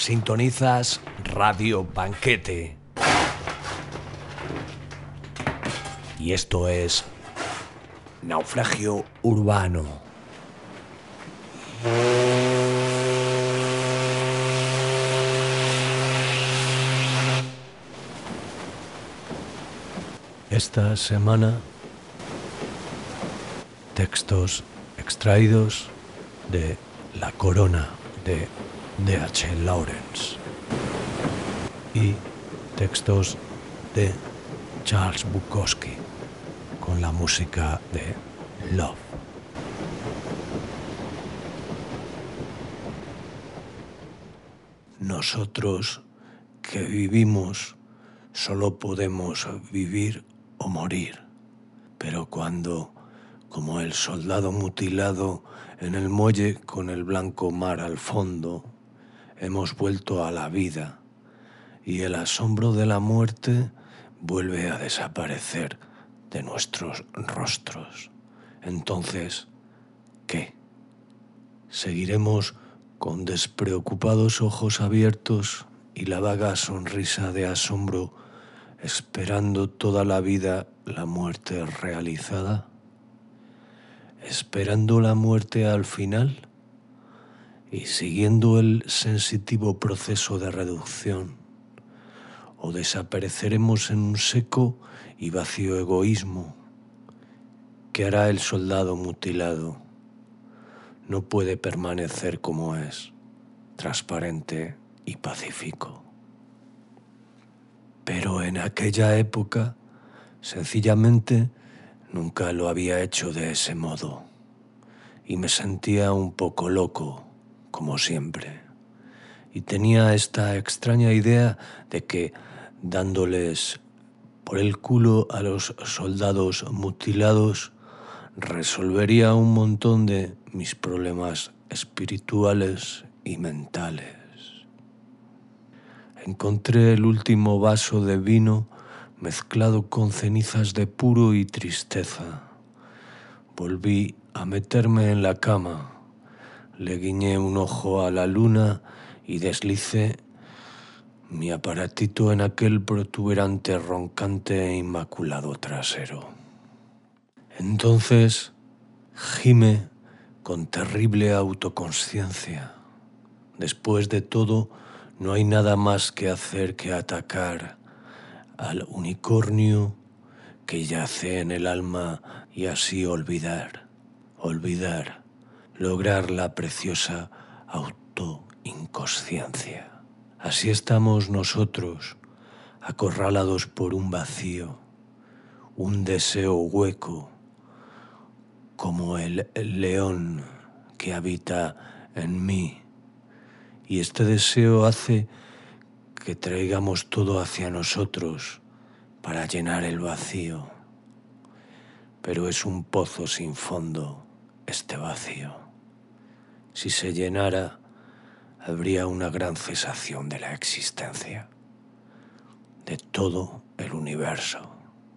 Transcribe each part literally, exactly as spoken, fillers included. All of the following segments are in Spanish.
Sintonizas Radio Banquete. Y esto es Naufragio Urbano. Esta semana, textos extraídos de La Corona de D H Lawrence y textos de Charles Bukowski con la música de Love. Nosotros que vivimos solo podemos vivir o morir, pero cuando, como el soldado mutilado en el muelle con el blanco mar al fondo, hemos vuelto a la vida y el asombro de la muerte vuelve a desaparecer de nuestros rostros. Entonces, ¿qué? ¿Seguiremos con despreocupados ojos abiertos y la vaga sonrisa de asombro esperando toda la vida la muerte realizada? ¿Esperando la muerte al final? Y siguiendo el sensitivo proceso de reducción, o desapareceremos en un seco y vacío egoísmo. ¿Qué hará el soldado mutilado? No puede permanecer como es, transparente y pacífico. Pero en aquella época, sencillamente, nunca lo había hecho de ese modo, y me sentía un poco loco, como siempre, y tenía esta extraña idea de que, dándoles por el culo a los soldados mutilados, resolvería un montón de mis problemas espirituales y mentales. Encontré el último vaso de vino mezclado con cenizas de puro y tristeza. Volví a meterme en la cama. Le guiñé un ojo a la luna y deslicé mi aparatito en aquel protuberante, roncante e inmaculado trasero. Entonces gime con terrible autoconsciencia. Después de todo, no hay nada más que hacer que atacar al unicornio que yace en el alma y así olvidar, olvidar. Lograr la preciosa autoinconsciencia. Así estamos nosotros, acorralados por un vacío, un deseo hueco, como el león que habita en mí. Y este deseo hace que traigamos todo hacia nosotros para llenar el vacío. Pero es un pozo sin fondo este vacío. Si se llenara, habría una gran cesación de la existencia, de todo el universo.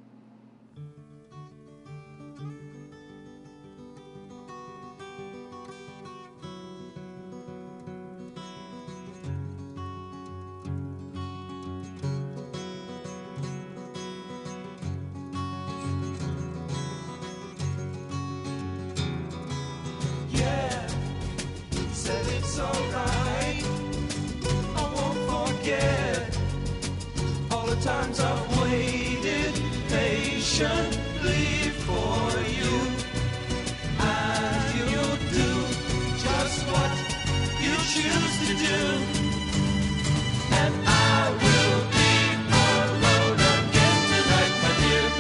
Times I've waited patiently for you, and you'll do just what you choose to do, and I will be alone again tonight, my dear.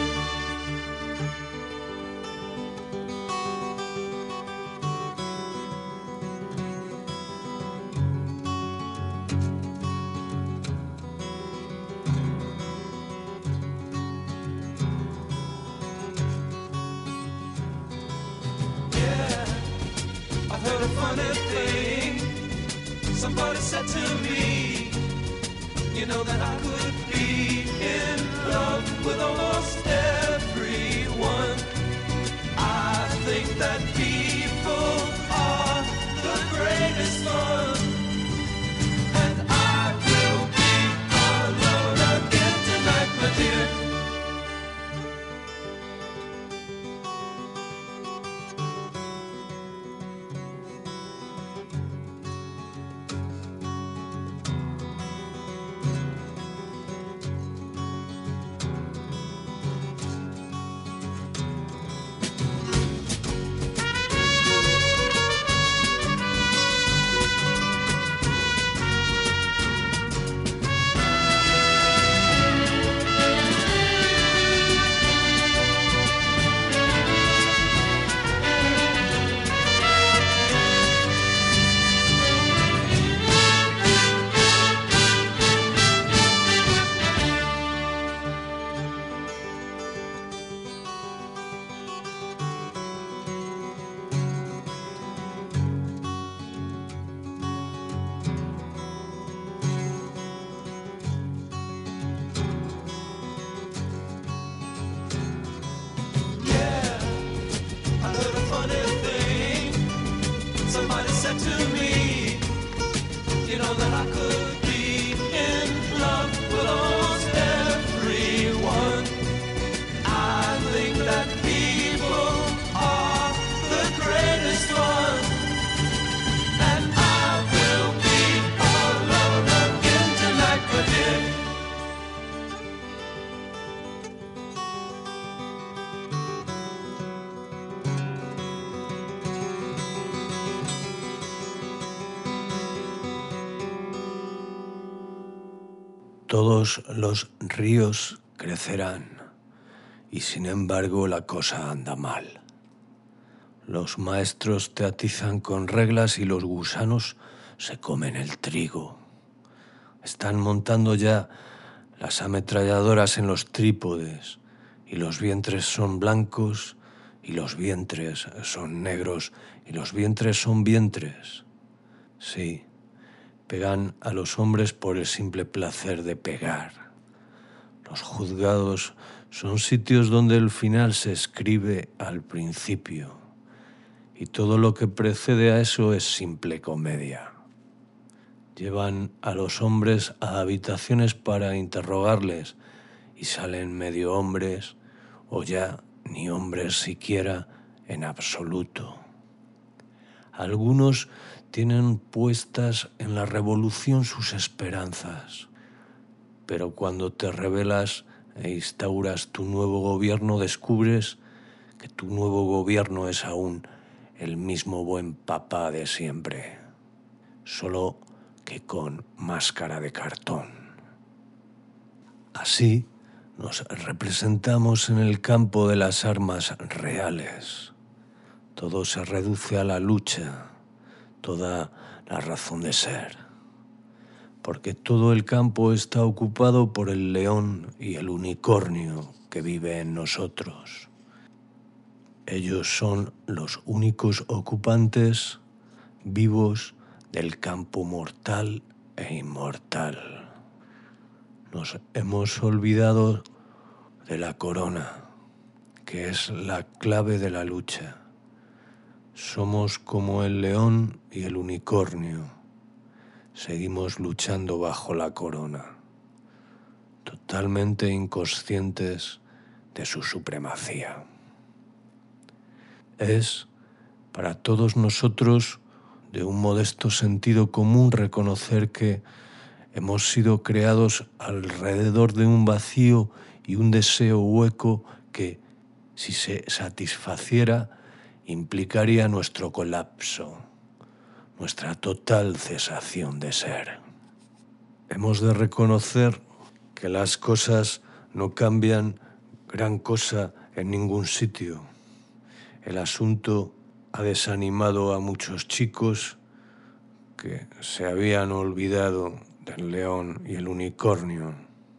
Somebody said to me, you know that I could be in love with almost everyone. I think that people are the greatest fun, and I said to me, you know that I could be in love with almost everyone. I think that people are the greatest ones, and I will be alone again tonight, my dear. Todos los ríos crecerán, y sin embargo la cosa anda mal. Los maestros te atizan con reglas y los gusanos se comen el trigo. Están montando ya las ametralladoras en los trípodes, y los vientres son blancos, y los vientres son negros, y los vientres son vientres. Sí, pegan a los hombres por el simple placer de pegar. Los juzgados son sitios donde el final se escribe al principio, y todo lo que precede a eso es simple comedia. Llevan a los hombres a habitaciones para interrogarles y salen medio hombres o ya ni hombres siquiera en absoluto. Algunos tienen puestas en la revolución sus esperanzas, pero cuando te rebelas e instauras tu nuevo gobierno descubres que tu nuevo gobierno es aún el mismo buen papá de siempre, solo que con máscara de cartón. Así nos representamos en el campo de las armas reales. Todo se reduce a la lucha, toda la razón de ser, porque todo el campo está ocupado por el león y el unicornio que vive en nosotros. Ellos son los únicos ocupantes vivos del campo mortal e inmortal. Nos hemos olvidado de la corona, que es la clave de la lucha. Somos como el león y el unicornio. Seguimos luchando bajo la corona, totalmente inconscientes de su supremacía. Es, para todos nosotros, de un modesto sentido común reconocer que hemos sido creados alrededor de un vacío y un deseo hueco que, si se satisfaciera, implicaría nuestro colapso, nuestra total cesación de ser. Hemos de reconocer que las cosas no cambian gran cosa en ningún sitio. El asunto ha desanimado a muchos chicos que se habían olvidado del león y el unicornio.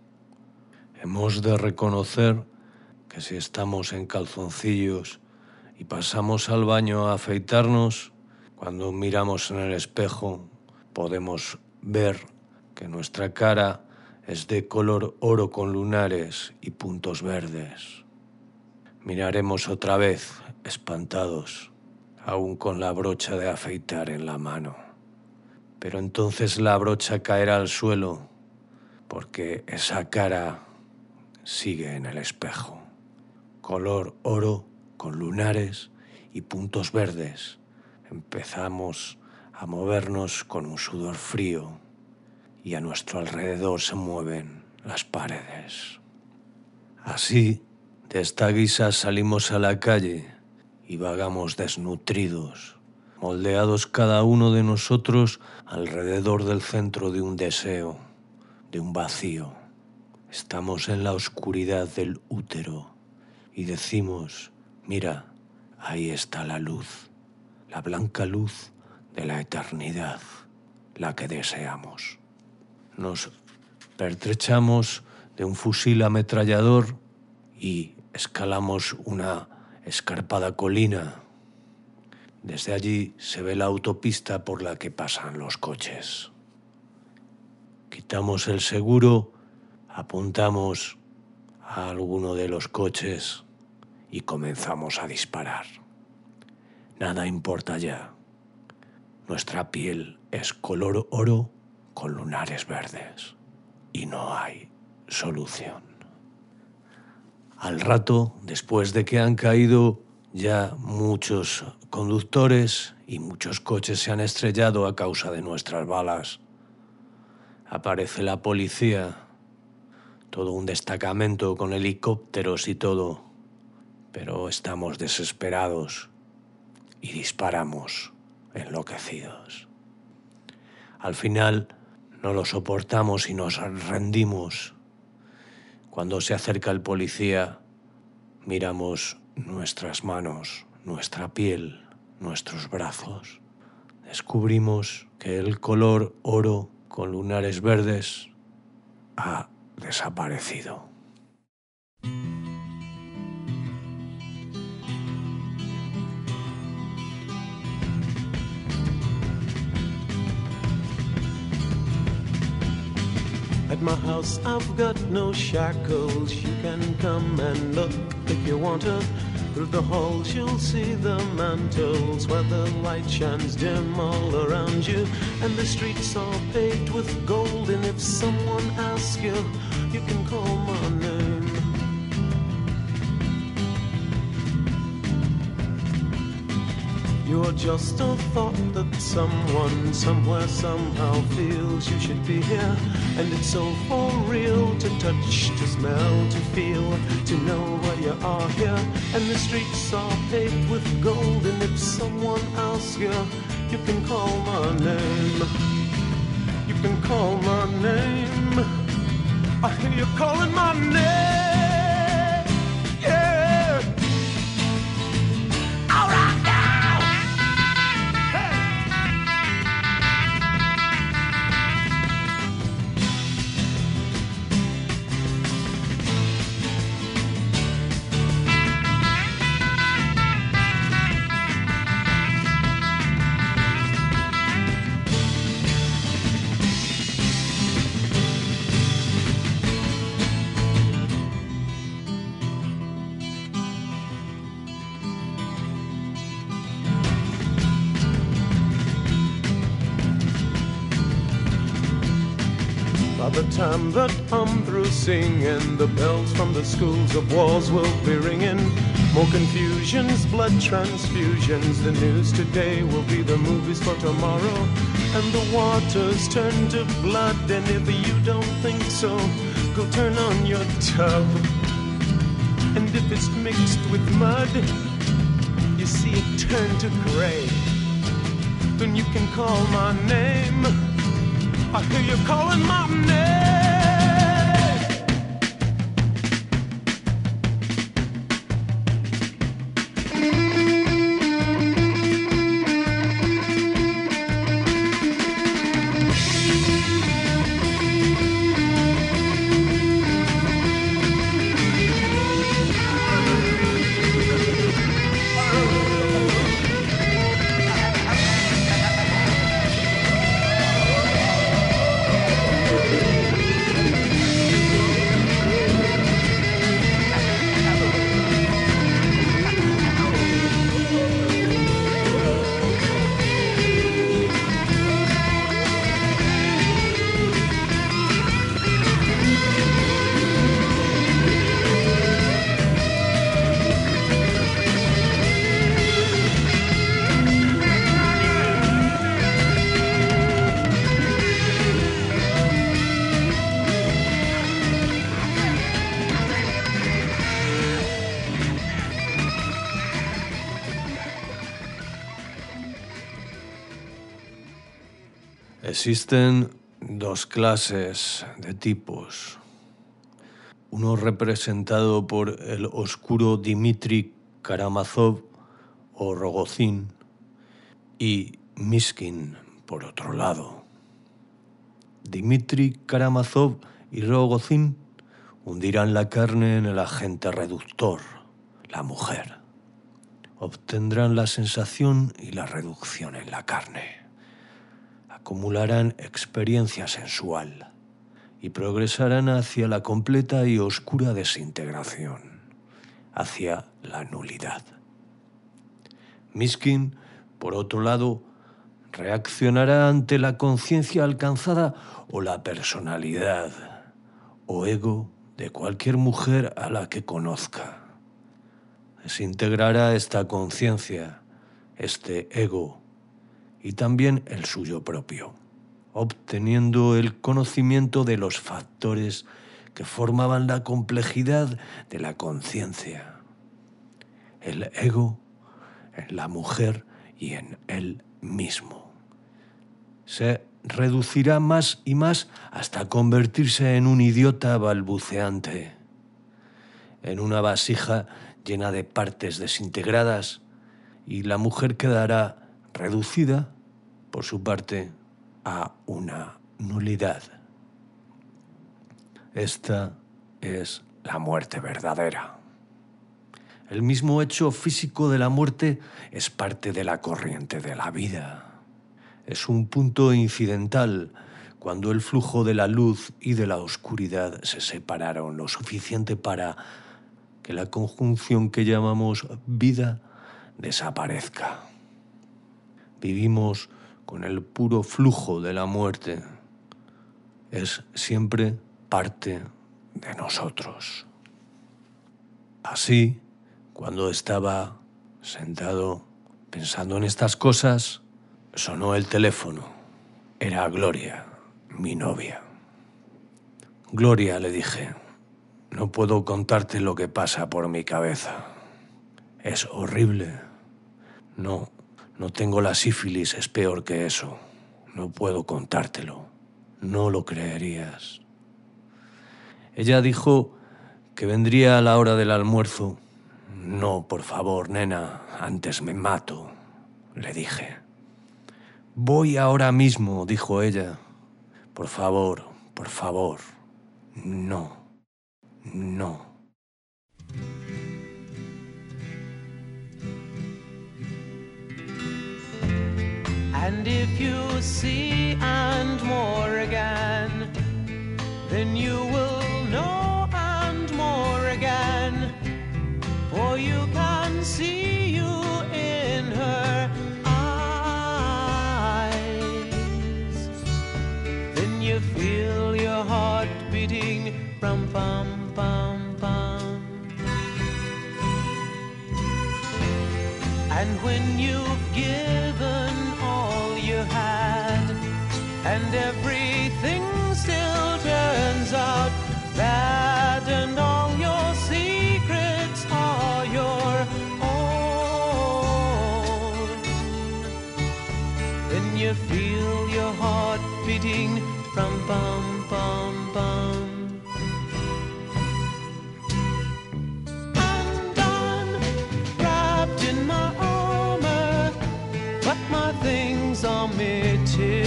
Hemos de reconocer que si estamos en calzoncillos y pasamos al baño a afeitarnos, cuando miramos en el espejo podemos ver que nuestra cara es de color oro con lunares y puntos verdes. Miraremos otra vez, espantados, aún con la brocha de afeitar en la mano. Pero entonces la brocha caerá al suelo, porque esa cara sigue en el espejo. Color oro con lunares y puntos verdes. Empezamos a movernos con un sudor frío y a nuestro alrededor se mueven las paredes. Así, de esta guisa salimos a la calle y vagamos desnutridos, moldeados cada uno de nosotros alrededor del centro de un deseo, de un vacío. Estamos en la oscuridad del útero y decimos, mira, ahí está la luz, la blanca luz de la eternidad, la que deseamos. Nos pertrechamos de un fusil ametrallador y escalamos una escarpada colina. Desde allí se ve la autopista por la que pasan los coches. Quitamos el seguro, apuntamos a alguno de los coches y comenzamos a disparar. Nada importa ya. Nuestra piel es color oro con lunares verdes y no hay solución. Al rato, después de que han caído ya muchos conductores y muchos coches se han estrellado a causa de nuestras balas, aparece la policía, todo un destacamento con helicópteros y todo, pero estamos desesperados y disparamos enloquecidos. Al final no lo soportamos y nos rendimos. Cuando se acerca el policía, miramos nuestras manos, nuestra piel, nuestros brazos. Descubrimos que el color oro con lunares verdes ha desaparecido. At my house I've got no shackles. You can come and look if you want to. Through the halls you'll see the mantles where the light shines dim all around you. And the streets are paved with gold. And if someone asks you, you can call my name. You're just a thought that someone, somewhere, somehow feels you should be here. And it's so for real to touch, to smell, to feel, to know why you are here. And the streets are paved with gold. And if someone asks you, you can call my name. You can call my name. I hear you calling my name. Yeah. All right. By the time that I'm through singing, the bells from the schools of wars will be ringing. More confusions, blood transfusions. The news today will be the movies for tomorrow. And the waters turn to blood. And if you don't think so, go turn on your tub. And if it's mixed with mud, you see it turn to gray. Then you can call my name. I hear you calling my name. Existen dos clases de tipos. Uno representado por el oscuro Dmitri Karamazov o Rogozin y Miskin, por otro lado. Dmitri Karamazov y Rogozin hundirán la carne en el agente reductor, la mujer. Obtendrán la sensación y la reducción en la carne. Acumularán experiencia sensual y progresarán hacia la completa y oscura desintegración, hacia la nulidad. Miskin, por otro lado, reaccionará ante la conciencia alcanzada o la personalidad o ego de cualquier mujer a la que conozca. Desintegrará esta conciencia, este ego, y también el suyo propio, obteniendo el conocimiento de los factores que formaban la complejidad de la conciencia. El ego en la mujer y en él mismo. Se reducirá más y más hasta convertirse en un idiota balbuceante, en una vasija llena de partes desintegradas, y la mujer quedará reducida, por su parte, a una nulidad. Esta es la muerte verdadera. El mismo hecho físico de la muerte es parte de la corriente de la vida. Es un punto incidental cuando el flujo de la luz y de la oscuridad se separaron lo suficiente para que la conjunción que llamamos vida desaparezca. Vivimos con el puro flujo de la muerte. Es siempre parte de nosotros. Así, cuando estaba sentado pensando en estas cosas, sonó el teléfono. Era Gloria, mi novia. Gloria, le dije, no puedo contarte lo que pasa por mi cabeza. Es horrible. No, no tengo la sífilis, es peor que eso. No puedo contártelo. No lo creerías. Ella dijo que vendría a la hora del almuerzo. No, por favor, nena, antes me mato, le dije. Voy ahora mismo, dijo ella. Por favor, por favor, no, no. And if you see and more again, then you will know and more again, for you can see you in her eyes. Then you feel your heart beating, rum pum pum pum. And when you've given all you had, and everything still turns out bad, and all your secrets are your own, then you feel your heart beating, rum bum bum bum. And I'm wrapped in my armor, but my things are material.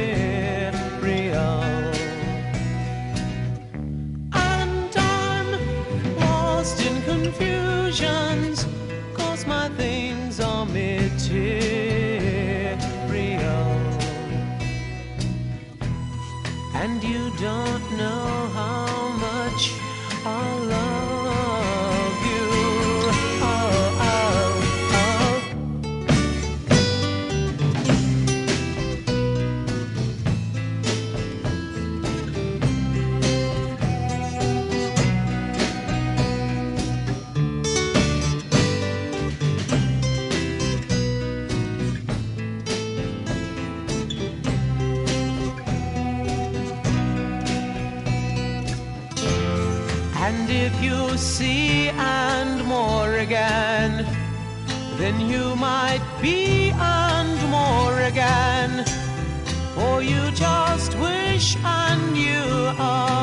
And I'm lost in confusions, 'cause my things are material. And you don't know how much I love you. Oh, oh, oh. And if you see and more again, then you might be and more again, for you just wish and you are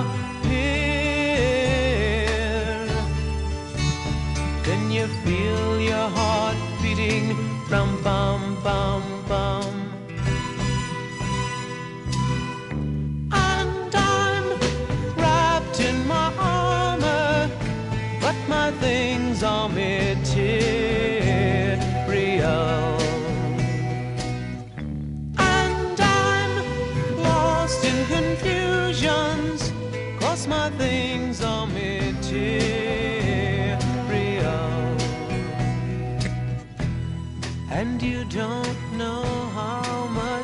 here. Then you feel your heart beating, rum bum bum bum. And I'm wrapped in my armor, but my things are material. And I'm lost in confusions, 'cause my things are material. And you don't know how much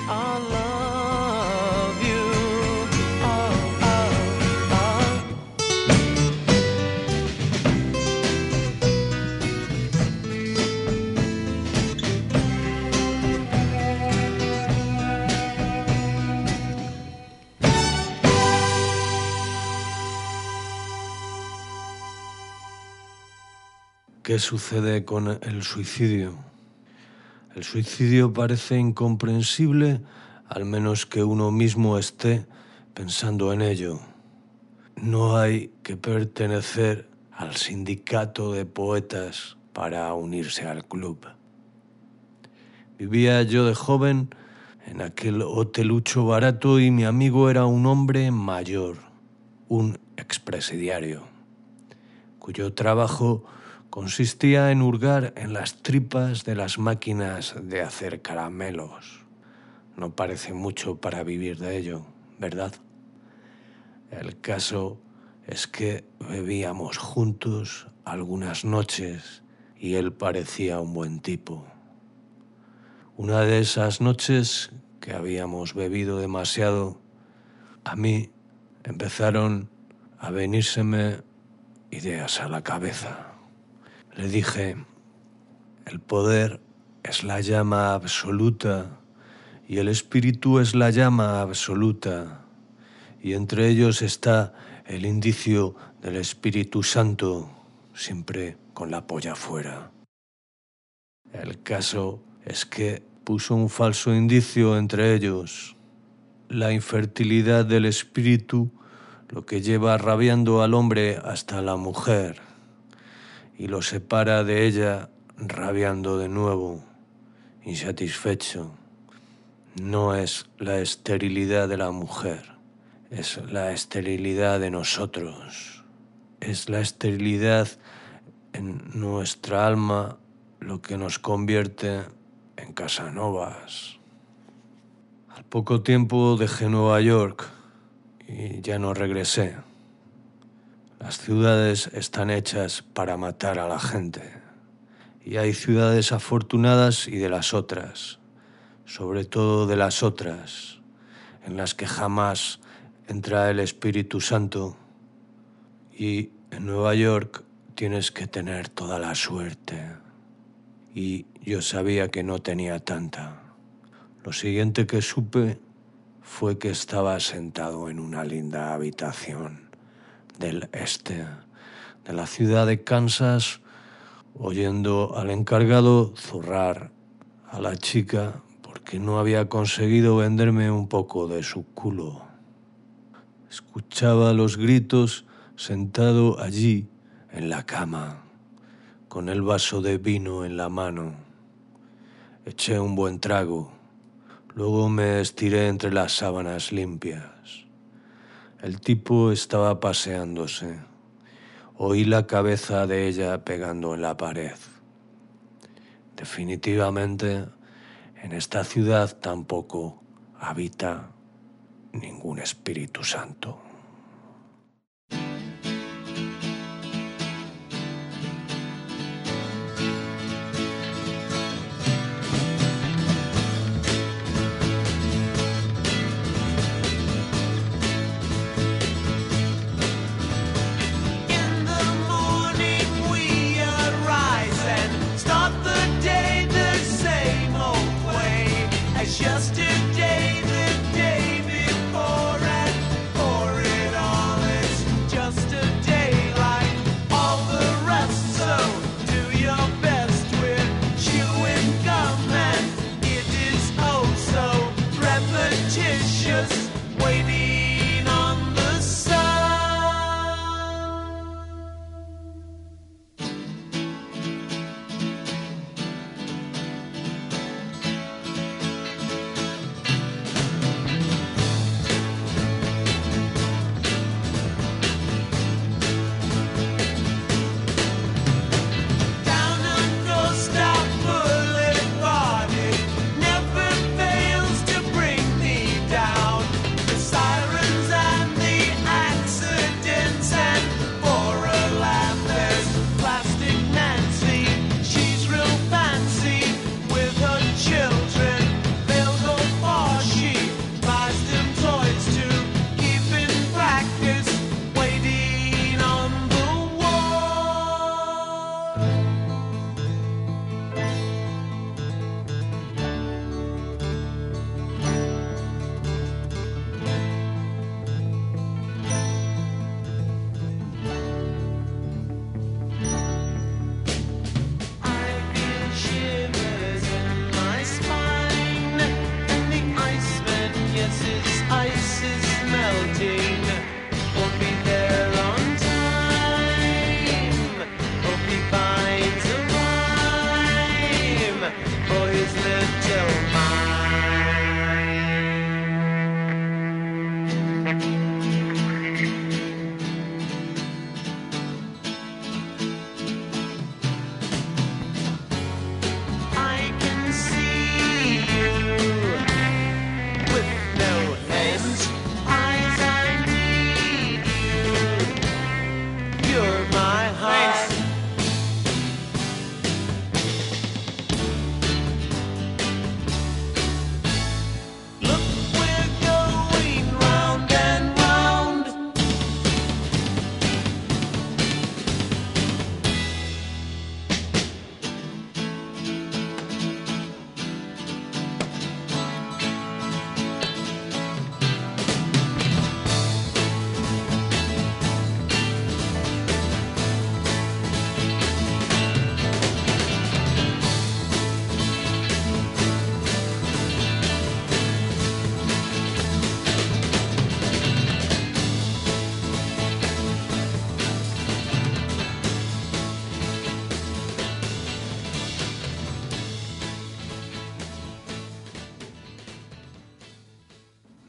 I love you. Oh, oh, oh. ¿Qué sucede con el suicidio? El suicidio parece incomprensible, al menos que uno mismo esté pensando en ello. No hay que pertenecer al sindicato de poetas para unirse al club. Vivía yo de joven en aquel hotelucho barato y mi amigo era un hombre mayor, un expresidiario, cuyo trabajo consistía en hurgar en las tripas de las máquinas de hacer caramelos. No parece mucho para vivir de ello, ¿verdad? El caso es que bebíamos juntos algunas noches y él parecía un buen tipo. Una de esas noches que habíamos bebido demasiado, a mí empezaron a venírseme ideas a la cabeza. Le dije, el poder es la llama absoluta y el espíritu es la llama absoluta, y entre ellos está el indicio del Espíritu Santo, siempre con la polla fuera. El caso es que puso un falso indicio entre ellos, la infertilidad del espíritu, lo que lleva rabiando al hombre hasta la mujer, y lo separa de ella rabiando de nuevo, insatisfecho. No es la esterilidad de la mujer, es la esterilidad de nosotros. Es la esterilidad en nuestra alma lo que nos convierte en Casanovas. Al poco tiempo dejé Nueva York y ya no regresé. Las ciudades están hechas para matar a la gente. Y hay ciudades afortunadas y de las otras, sobre todo de las otras, en las que jamás entra el Espíritu Santo. Y en Nueva York tienes que tener toda la suerte. Y yo sabía que no tenía tanta. Lo siguiente que supe fue que estaba sentado en una linda habitación del este de la ciudad de Kansas, oyendo al encargado zurrar a la chica porque no había conseguido venderme un poco de su culo. Escuchaba los gritos sentado allí en la cama, con el vaso de vino en la mano. Eché un buen trago, luego me estiré entre las sábanas limpias. El tipo estaba paseándose. Oí la cabeza de ella pegando en la pared. Definitivamente, en esta ciudad tampoco habita ningún Espíritu Santo. Yesterday, the day before, and for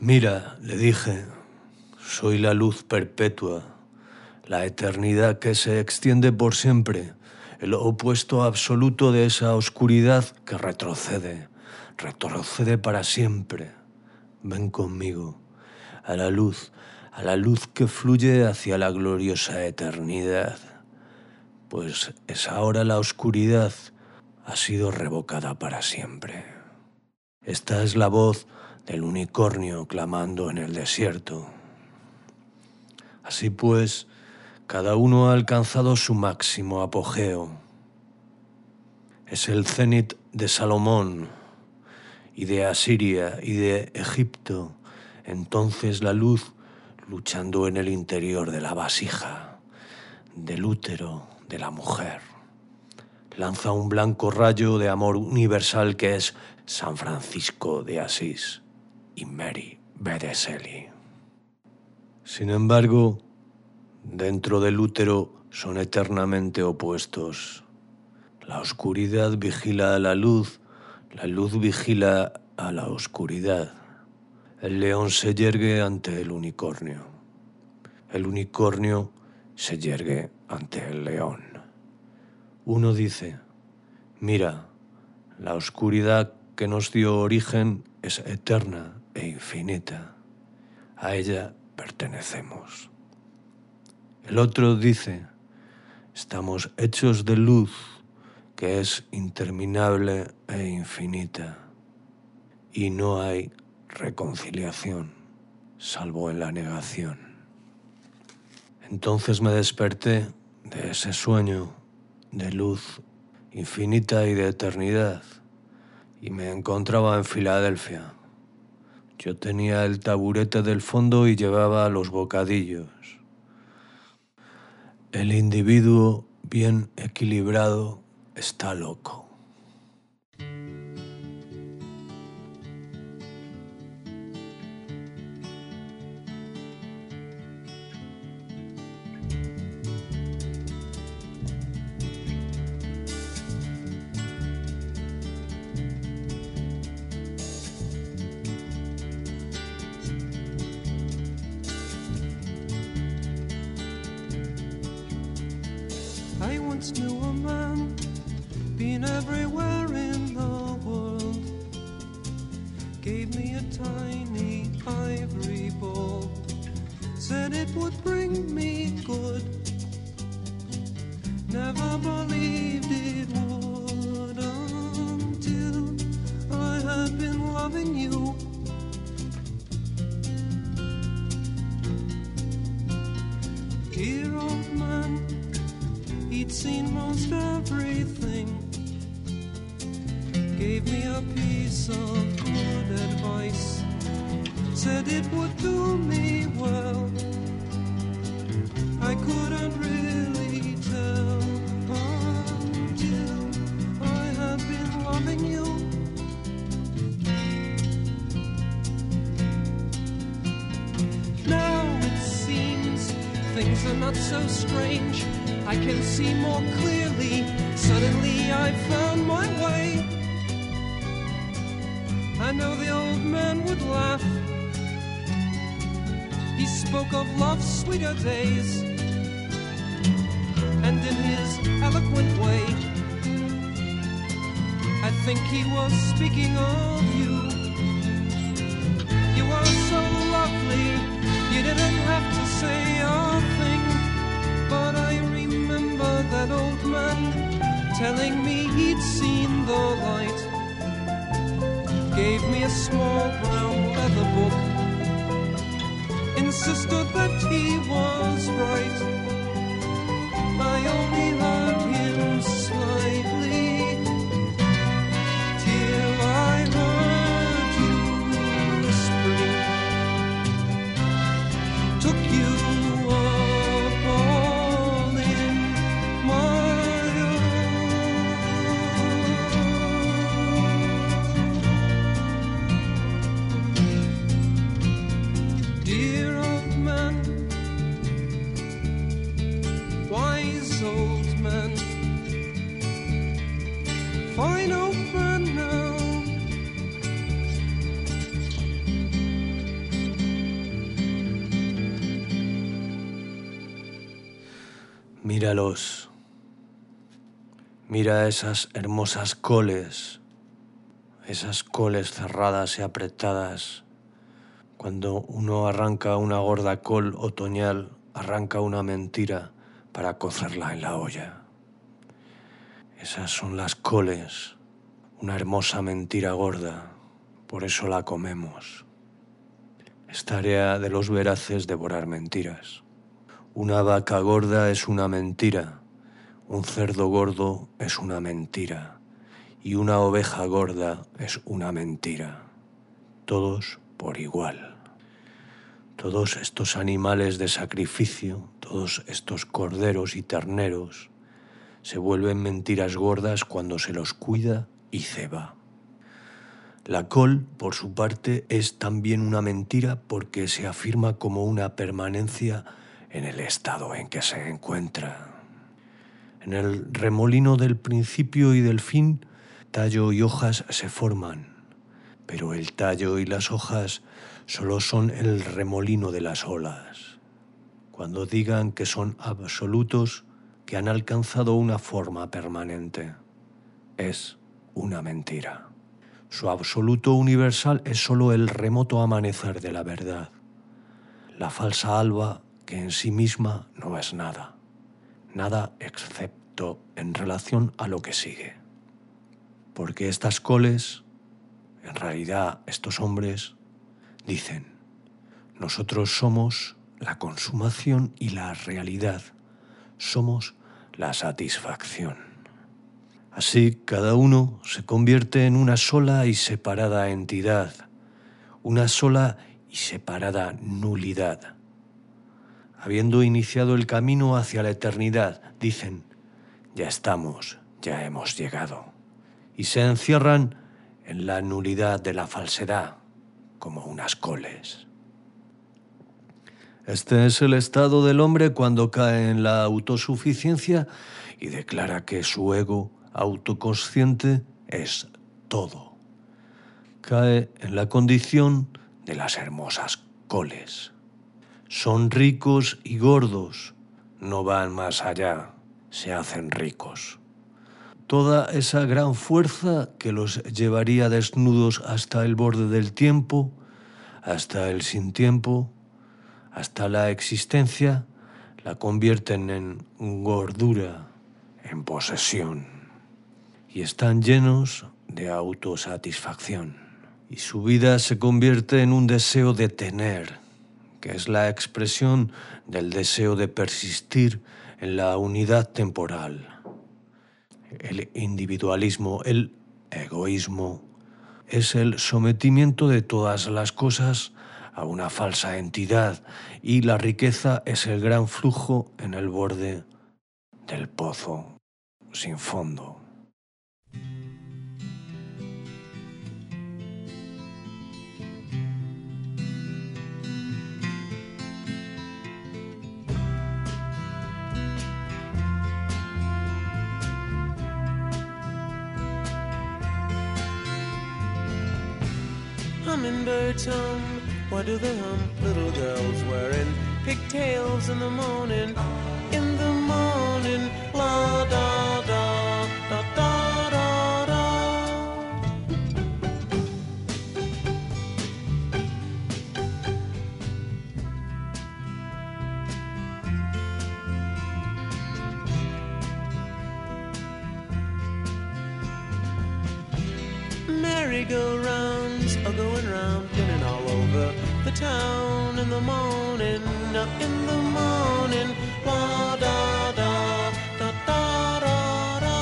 Mira, le dije, soy la luz perpetua, la eternidad que se extiende por siempre, el opuesto absoluto de esa oscuridad que retrocede, retrocede para siempre. Ven conmigo, a la luz, a la luz que fluye hacia la gloriosa eternidad, pues es ahora la oscuridad ha sido revocada para siempre. Esta es la voz del unicornio clamando en el desierto. Así pues, cada uno ha alcanzado su máximo apogeo. Es el cenit de Salomón y de Asiria y de Egipto. Entonces la luz luchando en el interior de la vasija, del útero de la mujer. Lanza un blanco rayo de amor universal que es San Francisco de Asís y Mary Bedeselli. Sin embargo, dentro del útero son eternamente opuestos. La oscuridad vigila a la luz, la luz vigila a la oscuridad. El león se yergue ante el unicornio. El unicornio se yergue ante el león. Uno dice, mira, la oscuridad que nos dio origen es eterna e infinita. A ella pertenecemos. El otro dice, estamos hechos de luz que es interminable e infinita. Y no hay reconciliación, salvo en la negación. Entonces me desperté de ese sueño de luz infinita y de eternidad, y me encontraba en Filadelfia. Yo tenía el taburete del fondo y llevaba los bocadillos. El individuo bien equilibrado está loco. I once knew a man, been everywhere in the world. Gave me a tiny ivory ball, said it would bring me good. Never believed it would until I had been loving you. Dear old man, he'd seen most everything. Gave me a piece of good advice, said it would do me well. I couldn't really tell until I had been loving you. Now it seems things are not so strange. I can see more clearly. Suddenly I found my way. I know the old man would laugh. He spoke of love's sweeter days, and in his eloquent way, I think he was speaking of you. You are so lovely, you didn't have to say a thing. But I remember that old man telling me he'd seen the light. Gave me a small brown leather book, insisted that he was right. I only heard him slightly, till I heard you whispering, took you up all in my arms. Dear old man, wise old man, fine old man now. Míralos. Mira esas hermosas coles, esas coles cerradas y apretadas. Cuando uno arranca una gorda col otoñal, arranca una mentira para cocerla en la olla. Esas son las coles, una hermosa mentira gorda, por eso la comemos. Es tarea de los veraces devorar mentiras. Una vaca gorda es una mentira, un cerdo gordo es una mentira y una oveja gorda es una mentira. Todos por igual. Todos estos animales de sacrificio, todos estos corderos y terneros, se vuelven mentiras gordas cuando se los cuida y ceba. La col, por su parte, es también una mentira porque se afirma como una permanencia en el estado en que se encuentra. En el remolino del principio y del fin, tallo y hojas se forman, pero el tallo y las hojas solo son el remolino de las olas. Cuando digan que son absolutos, que han alcanzado una forma permanente, es una mentira. Su absoluto universal es solo el remoto amanecer de la verdad, la falsa alba que en sí misma no es nada, nada excepto en relación a lo que sigue. Porque estas coles, en realidad estos hombres, dicen, nosotros somos la consumación y la realidad, somos la satisfacción. Así cada uno se convierte en una sola y separada entidad, una sola y separada nulidad. Habiendo iniciado el camino hacia la eternidad, dicen, ya estamos, ya hemos llegado, y se encierran en la nulidad de la falsedad, como unas coles. Este es el estado del hombre cuando cae en la autosuficiencia y declara que su ego autoconsciente es todo. Cae en la condición de las hermosas coles. Son ricos y gordos, no van más allá, se hacen ricos. Toda esa gran fuerza que los llevaría desnudos hasta el borde del tiempo, hasta el sin tiempo, hasta la existencia, la convierten en gordura, en posesión, y están llenos de autosatisfacción. Y su vida se convierte en un deseo de tener, que es la expresión del deseo de persistir en la unidad temporal. El individualismo, el egoísmo, es el sometimiento de todas las cosas a una falsa entidad y la riqueza es el gran flujo en el borde del pozo sin fondo. Hummingbirds hum, why do they hum? Little girls wearing pigtails in the morning, in the morning, la da da, da da da da. Merry-go-rounds are going round, spinning all over the town in the morning, up in the morning, la da da, da da da da.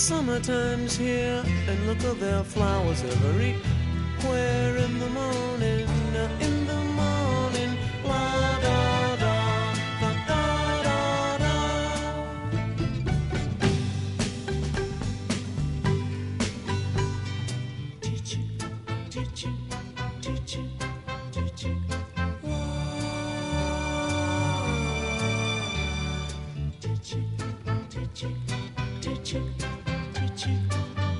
summertime's here, and look at their flowers everywhere in the morning, in the morning, la da da, da da da da. Teach you, teach you, teach you, teach you. Teach you, teach you, teach you, teach you.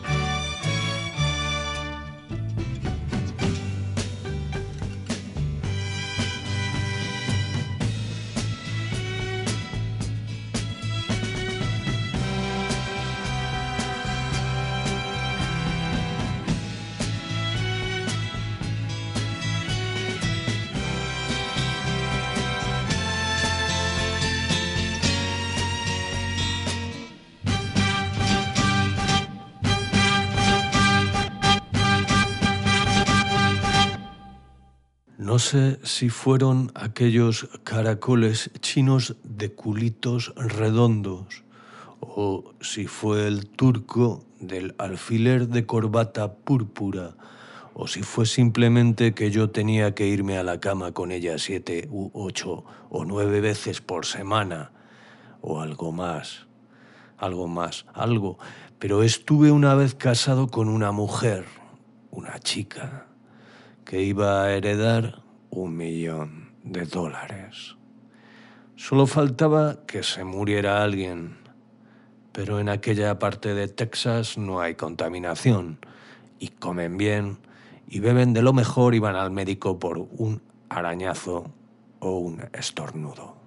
No sé si fueron aquellos caracoles chinos de culitos redondos o si fue el turco del alfiler de corbata púrpura o si fue simplemente que yo tenía que irme a la cama con ella siete u ocho o nueve veces por semana o algo más, algo más, algo. Pero estuve una vez casado con una mujer, una chica, que iba a heredar un millón de dólares. Solo faltaba que se muriera alguien, pero en aquella parte de Texas no hay contaminación y comen bien y beben de lo mejor y van al médico por un arañazo o un estornudo.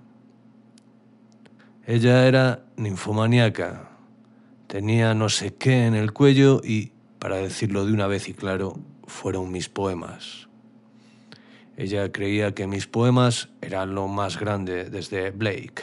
Ella era ninfomaníaca, tenía no sé qué en el cuello y, para decirlo de una vez y claro, fueron mis poemas. Ella creía que mis poemas eran lo más grande desde Blake.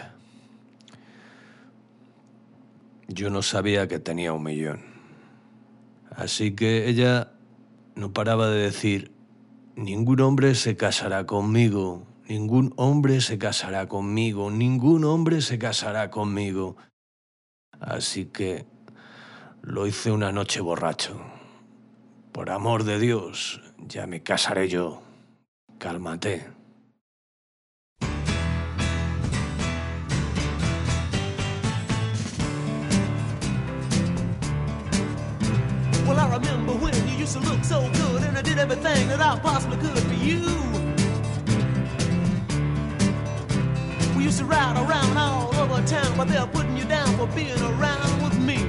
Yo no sabía que tenía un millón. Así que ella no paraba de decir: ningún hombre se casará conmigo, ningún hombre se casará conmigo, ningún hombre se casará conmigo. Así que lo hice una noche borracho. Por amor de Dios, ya me casaré yo. Cálmate. Well, I remember when you used to look so good and I did everything that I possibly could for you. We used to ride around all over town, but they're putting you down for being around with me.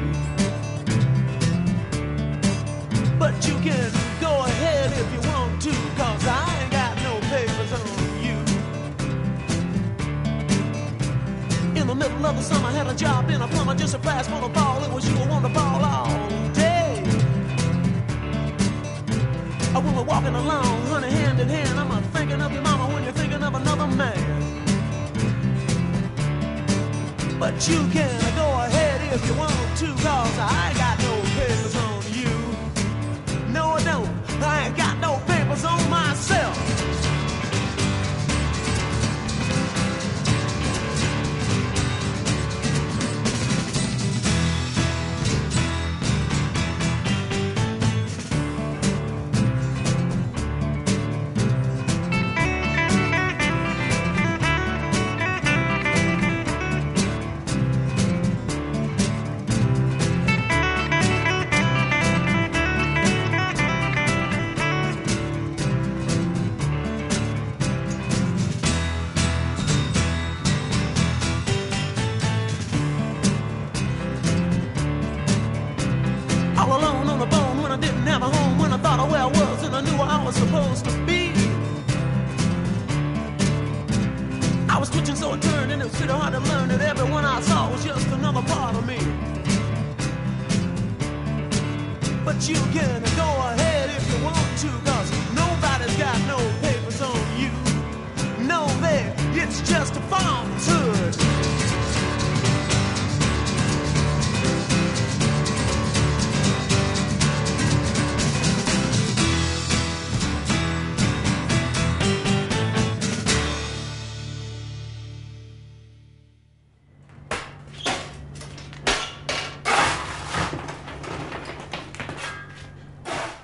But you can go ahead if you want to, cause I ain't got no papers on you. In the middle of the summer, I had a job in a plumber, just a flash for the ball. It was you who wanted to ball all day. I we were walking along, honey, hand in hand. I'm a thinking of your mama when you're thinking of another man. But you can go ahead if you want to, cause I ain't got no papers on you. No, I don't. I ain't got no papers on myself.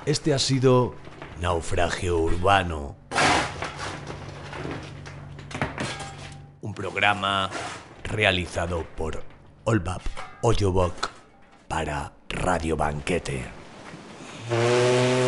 Este ha sido Naufragio Urbano, un programa realizado por Olbap Oyobok para Radio Banquete.